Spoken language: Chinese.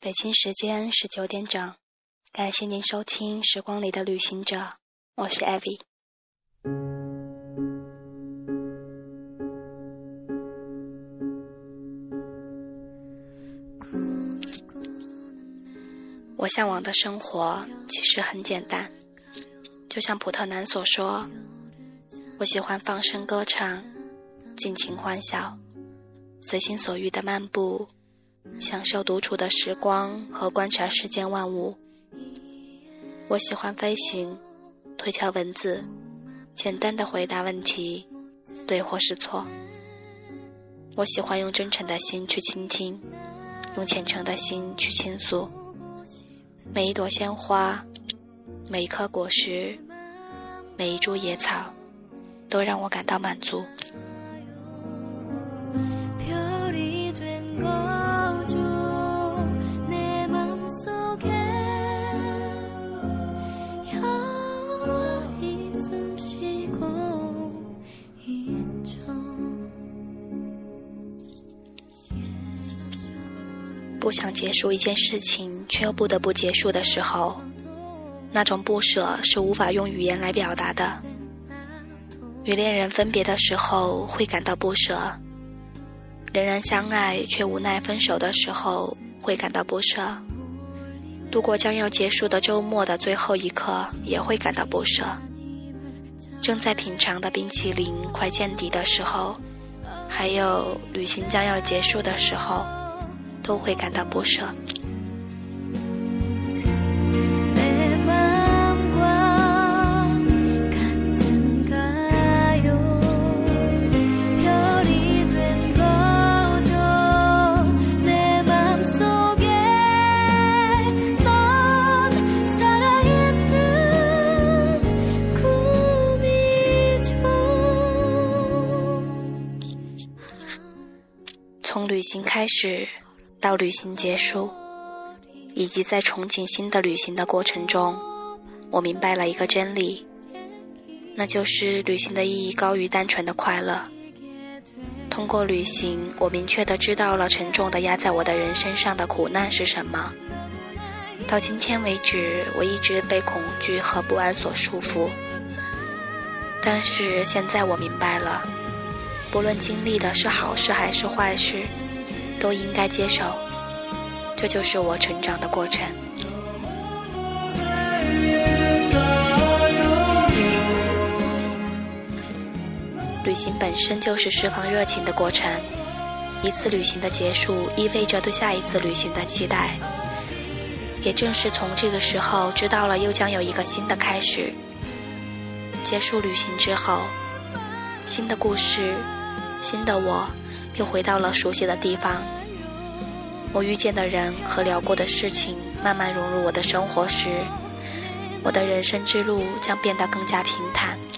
北京时间19点整，感谢您收听时光里的旅行者，我是 Abby。 我向往的生活其实很简单，就像普特南所说，我喜欢放声歌唱，尽情欢笑，随心所欲的漫步，享受独处的时光和观察世间万物。我喜欢飞行，推敲文字，简单的回答问题，对或是错。我喜欢用真诚的心去倾听，用虔诚的心去倾诉。每一朵鲜花，每一颗果实，每一株野草，都让我感到满足。不想结束一件事情却又不得不结束的时候，那种不舍是无法用语言来表达的。与恋人分别的时候会感到不舍，仍然相爱却无奈分手的时候会感到不舍，度过将要结束的周末的最后一刻也会感到不舍，正在品尝的冰淇淋快见底的时候，还有旅行将要结束的时候，都会感到不舍。从旅行开始到旅行结束，以及在憧憬新的旅行的过程中，我明白了一个真理，那就是旅行的意义高于单纯的快乐。通过旅行，我明确地知道了沉重地压在我的人身上的苦难是什么。到今天为止，我一直被恐惧和不安所束缚，但是现在我明白了，不论经历的是好事还是坏事，都应该接受，这就是我成长的过程。旅行本身就是释放热情的过程，一次旅行的结束意味着对下一次旅行的期待，也正是从这个时候知道了又将有一个新的开始。结束旅行之后，新的故事，新的我又回到了熟悉的地方。我遇见的人和聊过的事情慢慢融入我的生活时，我的人生之路将变得更加平坦。